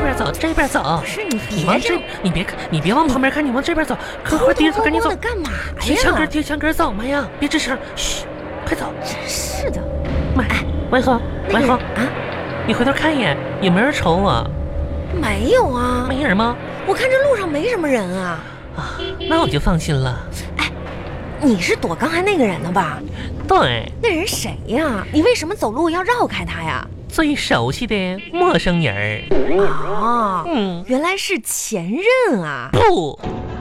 边走，这边走。 不是你别往这，你别往旁边看，你往这边走，快低着走，赶紧走。 干嘛呀？ 贴墙根走，妈呀，别吱声，嘘，快走。 真是的。 妈，王一恒， 啊， 你回头看一眼，有没有人瞅我？ 没有啊， 没人吗？ 我看这路上没什么人啊。 啊，那我就放心了。 哎，你是躲刚才那个人呢吧？ 对。 那人谁呀？你为什么走路要绕开他呀？ 最熟悉的陌生人。 哦，原来是前任啊。 不，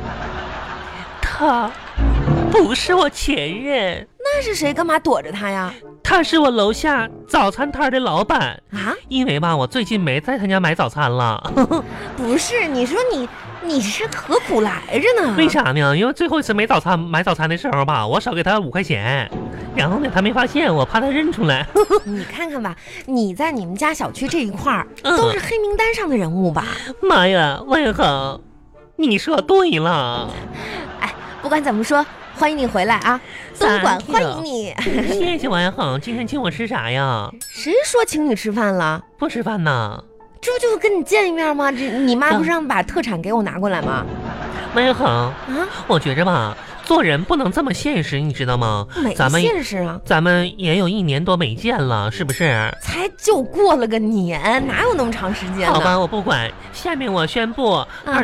他不是我前任。 那是谁？干嘛躲着他呀？ 他是我楼下早餐摊的老板啊。 因为吧，我最近没在他家买早餐了。 不是，你说你是何苦来着呢？ 为啥呢？因为最后一次买早餐的时候吧，我少给他5块钱，然后呢，他没发现，我怕他认出来。 你看看吧，你在你们家小区这一块都是黑名单上的人物吧？ 妈呀，万恒，你说对了。 哎，不管怎么说，欢迎你回来啊！东莞欢迎你。 谢谢万恒，今天请我吃啥呀？ 谁说请你吃饭了？ 不吃饭呢？ 这不就跟你见一面吗？你妈不是让把特产给我拿过来吗？ 万恒我觉着吧，做人不能这么现实，你知道吗？ 没现实啊， 咱们也有1年多没见了，是不是？ 才就过了个年，哪有那么长时间呢？ 好吧，我不管。下面我宣布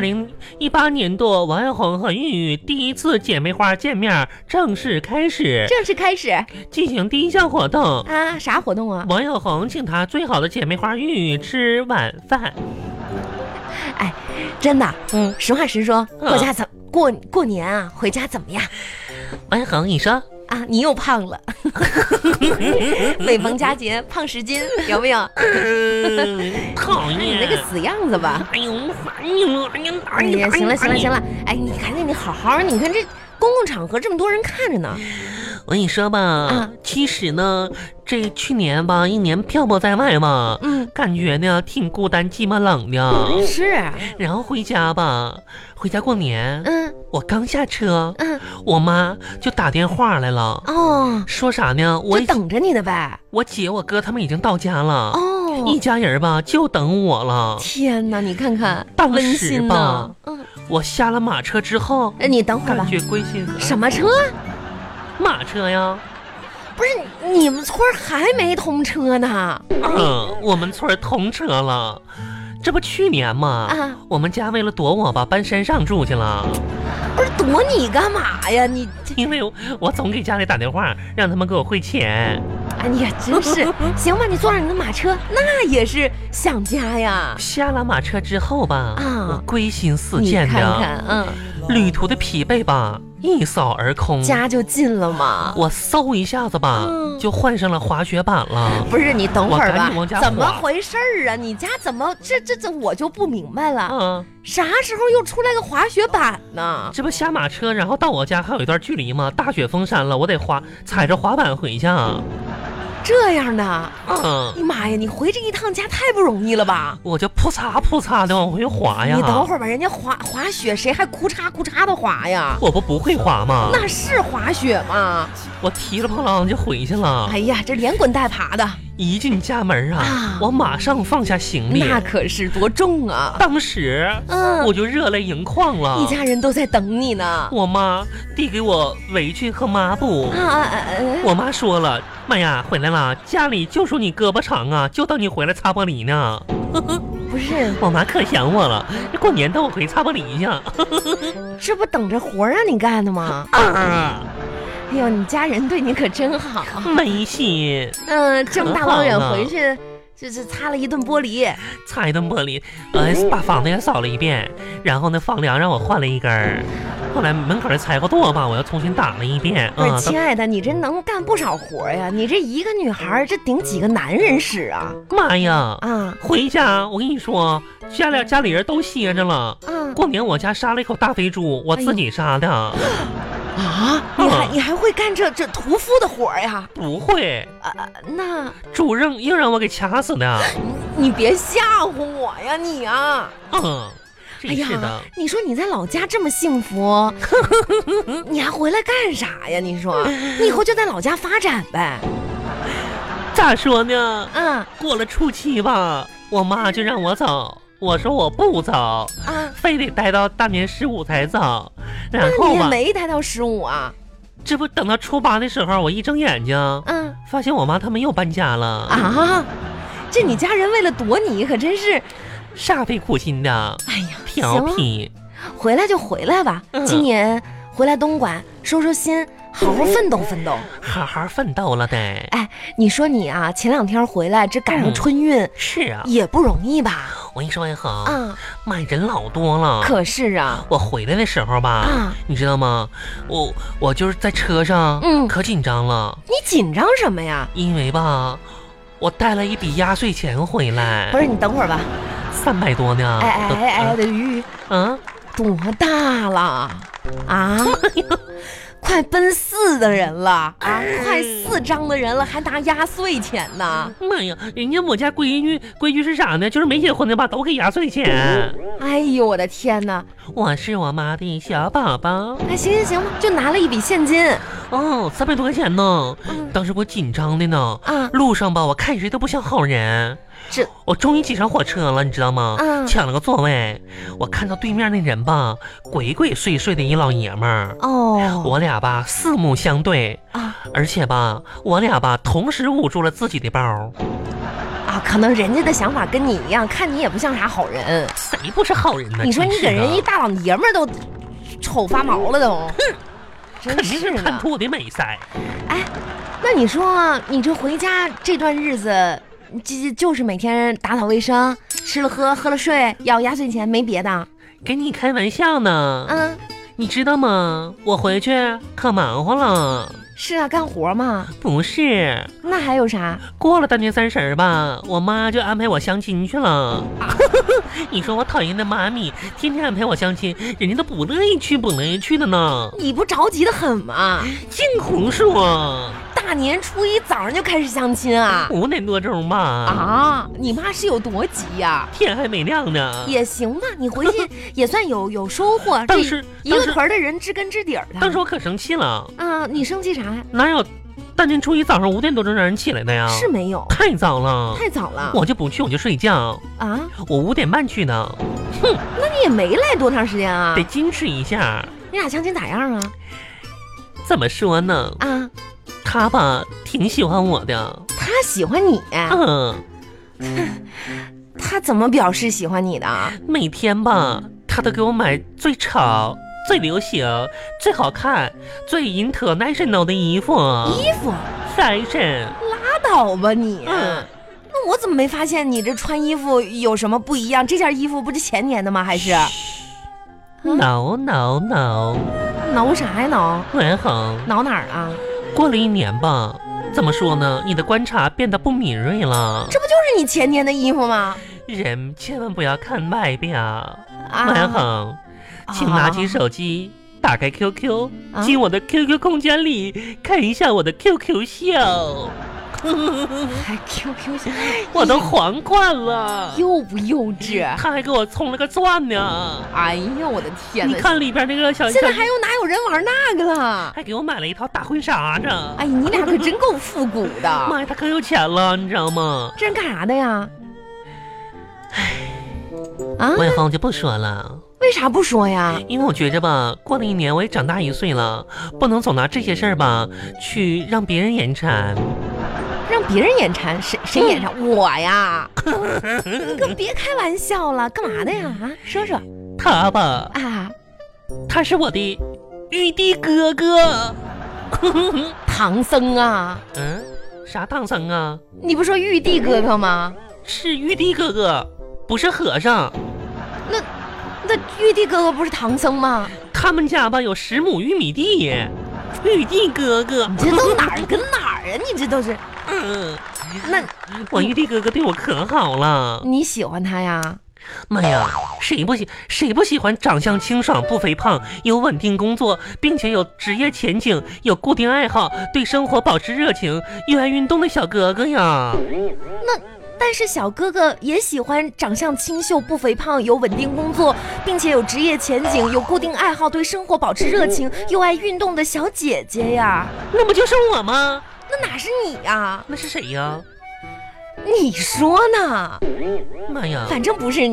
，2018年度王小红和玉玉第一次姐妹花见面正式开始。进行第一项活动啊？啥活动啊？ 王小红请她最好的姐妹花玉玉吃晚饭。 哎，真的，实话实说，过年啊，回家怎么样？ 王小红，你说啊，你又胖了，每逢佳节胖10斤，有没有？ 讨厌， 你那个死样子吧！ 哎呦，烦你了！ 哎呀，行了，哎，你看你好好，你看这公共场合这么多人看着呢。 我跟你说吧，其实呢，这去年吧，1年漂泊在外嘛，感觉呢挺孤单寂寞冷的。 是， 然后回家过年，我刚下车，我妈就打电话来了，说啥呢？我等着你的呗。 我姐我哥他们已经到家了，一家人吧就等我了。 天哪，你看看， 当时吧，我下了马车之后， 你等会儿吧， 感觉归心。 什么车？ 马车呀。 不是，你们村还没通车呢？ 我们村通车了。这不去年嘛，我们家为了躲我吧，搬山上住去了。 不是躲你干嘛呀？你因为我总给家里打电话，让他们给我汇钱。 哎呀，真是行吧？你坐上你的马车，那也是想家呀。 下了马车之后吧，我归心似箭的， 你看看， 旅途的疲惫吧一扫而空， 家就近了嘛。 我嗖一下子吧，就换上了滑雪板了。 不是，你等会儿吧，怎么回事啊？你家怎么这我就不明白了。啥时候又出来个滑雪板呢？ 这不下马车，然后到我家还有一段距离吗？大雪封山了，我得踩着滑板回家。 这样的，哎妈呀，你回这一趟家太不容易了吧？ 我就扑嚓扑嚓的往回滑呀。 你等会儿吧，人家滑雪，谁还哭嚓哭嚓的滑呀？ 我不会滑吗？ 那是滑雪吗？ 我提了碰浪就回去了。 哎呀，这连滚带爬的。 一进家门我马上放下行李。 那可是多重啊！ 当时我就热泪盈眶了。 一家人都在等你呢。 我妈递给我围裙和抹布。我妈说了，妈呀，回来了，家里就属你胳膊长啊，就等你回来擦玻璃呢。 不是， 我妈可想我了，过年等我回擦玻璃去。 这不等着活让你干的吗？哎呦，你家人对你可真好， 没心。 这么大老远回去，就是擦了一顿玻璃， 把房子也扫了一遍，然后呢，房梁让我换了一根，后来门口的柴火垛吧，我要重新打了一遍。 不是，亲爱的，你这能干不少活呀！你这一个女孩，这顶几个男人使啊？ 妈呀！回家我跟你说，家里人都歇着了。过年我家杀了一口大肥猪，我自己杀的。 你还会干这屠夫的活呀？ 不会那猪硬让我给掐死的。 你别吓唬我呀，你啊！ 真是的。 你说你在老家这么幸福，你还回来干啥呀？你说，你以后就在老家发展呗。 咋说呢？过了初七吧，我妈就让我走。 我说我不走啊，非得待到大年15才走。然后你也没待到15啊？ 这不等到初8的时候，我一睁眼睛，发现我妈他们又搬家了啊！这你家人为了躲你，可真是煞费苦心的。 哎呀， 调皮， 回来就回来吧。今年回来东莞收收心。好好奋斗奋斗， 好好奋斗了得。 哎，你说你啊，前2天回来，这赶上春运， 是啊， 也不容易吧？ 我跟你说也好啊，妈人老多了。 可是啊， 我回来的时候吧，你知道吗？我就是在车上，可紧张了。 你紧张什么呀？ 因为吧，我带了一笔压岁钱回来。 不是，你等会儿吧 ，300多呢。 哎的鱼，多大了啊？快奔4的人了啊！快4张的人了，还拿压岁钱呢！ 妈呀，人家我家规矩是啥呢？就是没结婚的吧，都给压岁钱。 哎呦，我的天哪！ 我是我妈的小宝宝。 哎，行吧，就拿了一笔现金。 哦，300多块钱呢。当时我紧张的呢。路上吧，我看谁都不像好人。我终于挤上火车了，你知道吗？抢了个座位。我看到对面那人吧，鬼鬼祟祟的一老爷们儿。我俩吧四目相对而且吧，我俩吧同时捂住了自己的包。 可能人家的想法跟你一样，看你也不像啥好人。 谁不是好人呢？ 你说你给人一大老爷们儿都丑发毛了都。 肯定是看出我的美腮。 哎，那你说你这回家这段日子，就是每天打扫卫生，吃了喝了睡，要压岁钱，没别的。 跟你开玩笑呢。你知道吗？我回去可忙活了。 是啊，干活嘛。 不是。 那还有啥？ 过了大年30吧，我妈就安排我相亲去了。你说我讨厌的妈咪，天天安排我相亲，人家都不乐意去的呢。 你不着急的很吗？ 净胡说。 大年初1早上就开始相亲啊 ？5点多钟吧。 你妈是有多急呀？ 天还没亮呢。 也行吧，你回去也算有收获。 当时一个团的人知根知底的。 当时我可生气了。 你生气啥呀？ 哪有大年初1早上5点多钟让人起来的呀？ 是没有。 太早了。我就不去，我就睡觉啊。 我5点半去的。 哼，那你也没来多长时间啊？ 得矜持一下。 你俩相亲咋样啊？ 怎么说呢？他吧挺喜欢我的。 他喜欢你？他怎么表示喜欢你的？ 每天吧，他都给我买最潮、最流行、最好看、最 international 的衣服。fashion。 拉倒吧你。那我怎么没发现你这穿衣服有什么不一样？这件衣服不是前年的吗？还是挠啥呀挠？ 文恒， 挠哪儿啊？ 过了1年吧，怎么说呢？你的观察变得不敏锐了。 这不就是你前年的衣服吗？ 人千万不要看外表。文恒，请拿起手机，打开 QQ，进我的 QQ 空间里看一下我的 QQ 秀。 还 QQ 秀， 我都皇冠了， 幼不幼稚？ 他还给我充了个钻呢。 哎呦我的天哪！ 你看里边那个小， 现在哪有人玩那个了？ 还给我买了一套大婚纱呢。 哎，你俩可真够复古的。 妈呀，他可有钱了，你知道吗？ 这人干啥的呀？ 文恒就不说了。 为啥不说呀？ 因为我觉着吧，过了1年我也长大1岁了，不能总拿这些事儿吧去让别人眼馋。 让别人眼馋？谁眼馋？我呀！你可别开玩笑了，干嘛的呀？说说。 他吧他是我的玉帝哥哥。 唐僧啊？ 啥唐僧啊？ 你不说玉帝哥哥吗？ 是玉帝哥哥，不是和尚。 那玉帝哥哥不是唐僧吗？ 他们家吧有10亩玉米地。玉帝哥哥， 你这都哪儿跟哪儿啊？你这都是。那我玉帝哥哥对我可好了。 你喜欢他呀？ 妈呀，谁不喜欢长相清爽不肥胖，有稳定工作，并且有职业前景，有固定爱好，对生活保持热情，又爱运动的小哥哥呀？ 但是小哥哥也喜欢长相清秀不肥胖，有稳定工作，并且有职业前景，有固定爱好，对生活保持热情，又爱运动的小姐姐呀？ 那不就是我吗？ 那哪是你呀？ 那是谁呀？ 你说呢？ 妈呀， 反正不是你。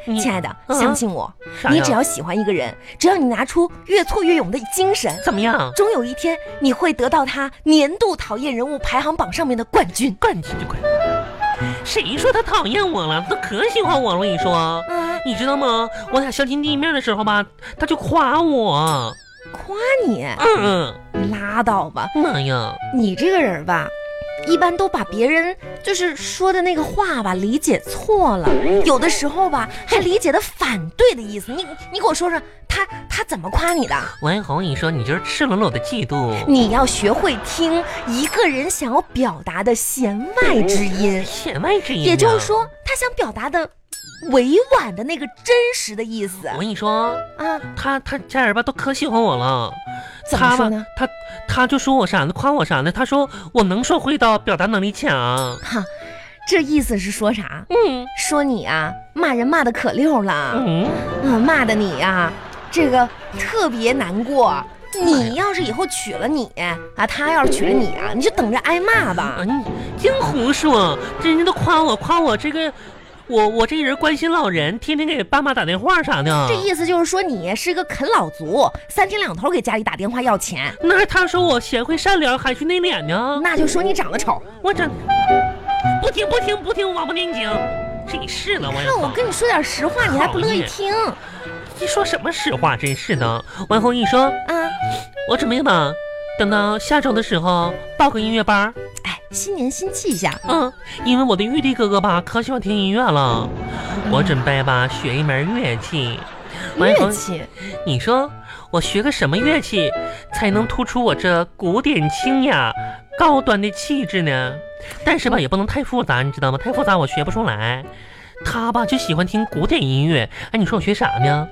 亲爱的，相信我，你只要喜欢一个人，只要你拿出越挫越勇的精神， 怎么样？ 终有一天你会得到他年度讨厌人物排行榜上面的冠军。 冠军就快。谁说他讨厌我了？他可喜欢我了，我跟你说。你知道吗？我俩相亲第一面的时候吧，他就夸我。 夸你？拉倒吧。 妈呀， 你这个人吧，一般都把别人就是说的那个话吧理解错了，有的时候吧还理解的反对的意思。你给我说说他怎么夸你的？ 王一红，你说你就是赤裸裸的嫉妒。 你要学会听一个人想要表达的弦外之音， 弦外之音， 也就是说他想表达的委婉的那个真实的意思。 我跟你说他家人吧都可喜欢我了。 怎么说呢？ 他就说我啥呢？夸我啥呢？他说我能说会道，表达能力强。 哈，这意思是说啥？说你啊骂人骂的可溜了。骂的你啊这个特别难过。你要是以后娶了你啊，他要是娶了你啊，你就等着挨骂吧。 你净胡说，人家都夸我这个。我这人关心老人，天天给爸妈打电话啥的。 这意思就是说你是个啃老族，3天2头给家里打电话要钱。 那他说我贤惠善良，含蓄内敛呢？ 那就说你长得丑。 我长不听，王八念经。真是的， 看我跟你说点实话，你还不乐意听。 你说什么实话？真是的。王红，你说我准备吧，等到下周的时候报个音乐班。 新年新气象。 因为我的玉帝哥哥吧可喜欢听音乐了，我准备吧学一门乐器。 乐器？ 你说我学个什么乐器才能突出我这古典清雅高端的气质呢？但是吧也不能太复杂，你知道吗？太复杂我学不出来。他吧就喜欢听古典音乐。你说我学啥呢？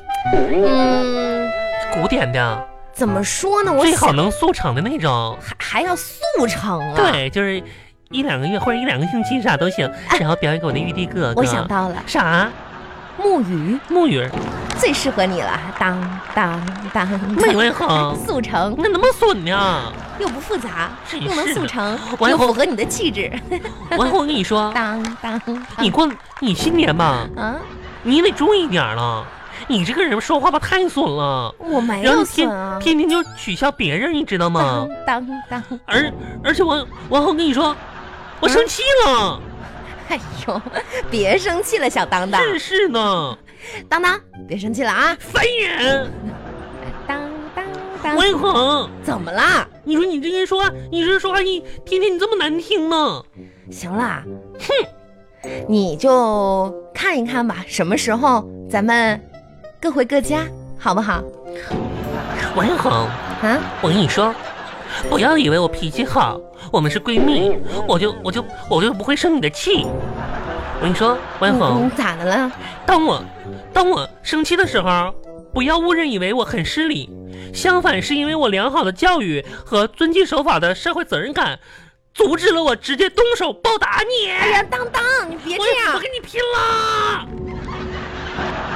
古典的。 怎么说呢？我最好能速成的那种。 还要速成啊？ 对，就是1-2个月或者1-2个星期啥都行，然后表演给我的玉帝哥哥。 我想到了。 啥？ 木鱼。 木鱼最适合你了。当没问好， 速成。 那么损呢？ 又不复杂，又能速成， 又符合你的气质。 我跟你说，你新年吧，你得注意点了。你这个人说话吧太损了。 我没有损啊， 天天就取笑别人，你知道吗？而且我跟你说，我生气了。 哎呦，别生气了，小当当。 真是的， 当当，别生气了啊！ 烦人。 当。 王一恒， 怎么啦？ 你说你这人说话，你这说话天天你这么难听呢？ 行啦，你就看一看吧，什么时候咱们各回各家，好不好？ 王一恒我跟你说，不要以为我脾气好，我们是闺蜜，我就不会生你的气。我跟你说，王一恒， 你咋的了？ 当我生气的时候，不要误认以为我很失礼，相反是因为我良好的教育和遵纪守法的社会责任感，阻止了我直接动手暴打你。 哎呀，当当，你别这样， 我跟你拼了！